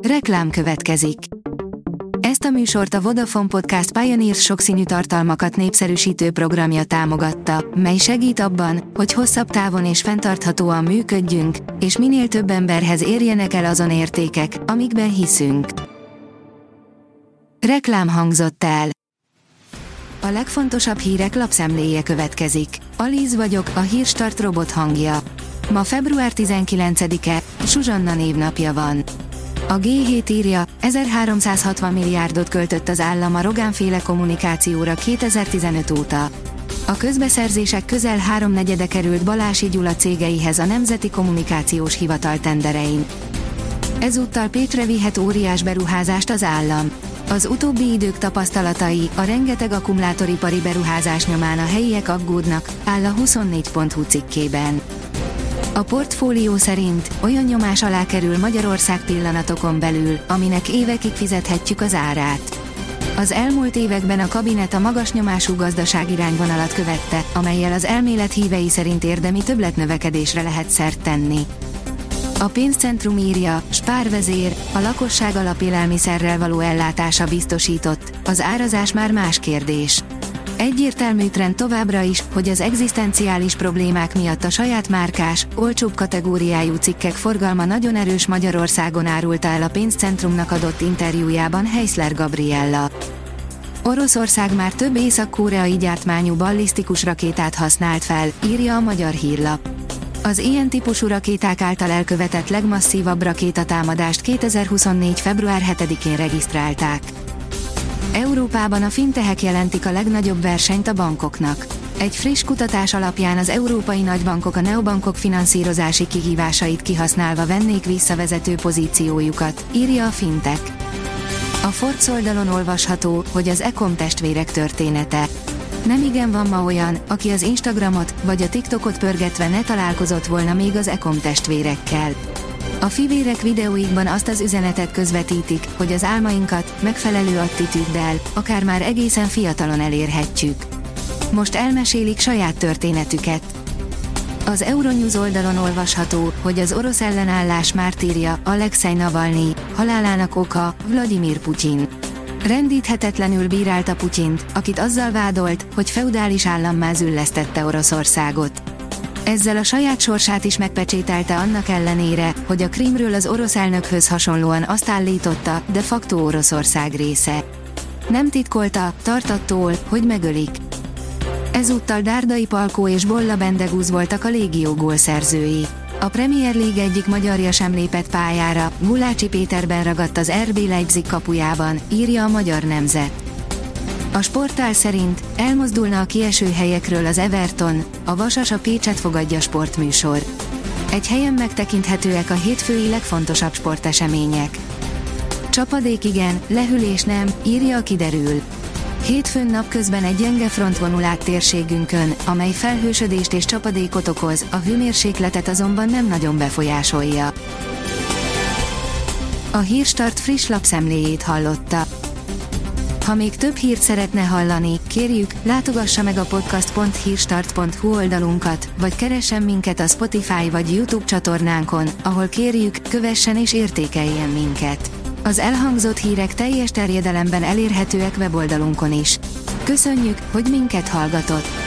Reklám következik. Ezt a műsort a Vodafone Podcast Pioneers sokszínű tartalmakat népszerűsítő programja támogatta, mely segít abban, hogy hosszabb távon és fenntarthatóan működjünk, és minél több emberhez érjenek el azon értékek, amikben hiszünk. Reklám hangzott el. A legfontosabb hírek lapszemléje következik. Alíz vagyok, a Hírstart robot hangja. Ma február 19-e, Zsuzsanna névnapja van. A G7 írja, 1360 milliárdot költött az állam a Rogán-féle kommunikációra 2015 óta. A közbeszerzések közel háromnegyede került Balási Gyula cégeihez a Nemzeti Kommunikációs Hivatal tenderein. Ezúttal Pécsre vihet óriás beruházást az állam. Az utóbbi idők tapasztalatai, a rengeteg akkumulátoripari beruházás nyomán a helyiek aggódnak, áll a 24.hu cikkében. A portfólió szerint olyan nyomás alá kerül Magyarország pillanatokon belül, aminek évekig fizethetjük az árát. Az elmúlt években a kabinet a magas nyomású gazdaságirányvonalat követte, amellyel az elmélet hívei szerint érdemi többletnövekedésre lehet szert tenni. A pénzcentrum írja, Spár vezér, a lakosság alapélelmiszerrel való ellátása biztosított, az árazás már más kérdés. Egyértelmű trend továbbra is, hogy az egzisztenciális problémák miatt a saját márkás, olcsóbb kategóriájú cikkek forgalma nagyon erős Magyarországon, árulta el a pénzcentrumnak adott interjújában Heisler Gabriella. Oroszország már több észak-koreai gyártmányú ballisztikus rakétát használt fel, írja a Magyar Hírlap. Az ilyen típusú rakéták által elkövetett legmasszívabb rakétatámadást 2024. február 7-én regisztrálták. Európában a fintechek jelentik a legnagyobb versenyt a bankoknak. Egy friss kutatás alapján az európai nagybankok a neobankok finanszírozási kihívásait kihasználva vennék vissza vezető pozíciójukat, írja a Fintech. A Forbes oldalon olvasható, hogy az Ecom testvérek története. Nemigen van ma olyan, aki az Instagramot vagy a TikTokot pörgetve ne találkozott volna még az Ecom testvérekkel. A fivérek videóikban azt az üzenetet közvetítik, hogy az álmainkat megfelelő attitűddel, akár már egészen fiatalon elérhetjük. Most elmesélik saját történetüket. Az Euronews oldalon olvasható, hogy az orosz ellenállás mártírja, Alexej Navalnyi, halálának oka Vladimir Putyin. Rendíthetetlenül bírálta Putyint, akit azzal vádolt, hogy feudális állammá züllesztette Oroszországot. Ezzel a saját sorsát is megpecsételte annak ellenére, hogy a Krímről az orosz elnökhöz hasonlóan azt állította, de facto Oroszország része. Nem titkolta, tart attól, hogy megölik. Ezúttal Dárdai Palkó és Bolla Bendegúz voltak a légió gólszerzői. A Premier League egyik magyarja sem lépett pályára, Gulácsi Péterben ragadt az RB Leipzig kapujában, írja a Magyar Nemzet. A sportál szerint elmozdulna a kieső helyekről az Everton, a Vasas a Pécset fogadja sportműsor. Egy helyen megtekinthetőek a hétfői legfontosabb sportesemények. Csapadék igen, lehűlés nem, írja a Kiderül. Hétfőn napközben egy gyenge front vonul át térségünkön, amely felhősödést és csapadékot okoz, a hőmérsékletet azonban nem nagyon befolyásolja. A Hírstart friss lapszemléjét hallotta. Ha még több hírt szeretne hallani, kérjük, látogassa meg a podcast.hírstart.hu oldalunkat, vagy keressen minket a Spotify vagy YouTube csatornánkon, ahol kérjük, kövessen és értékeljen minket. Az elhangzott hírek teljes terjedelemben elérhetőek weboldalunkon is. Köszönjük, hogy minket hallgatott!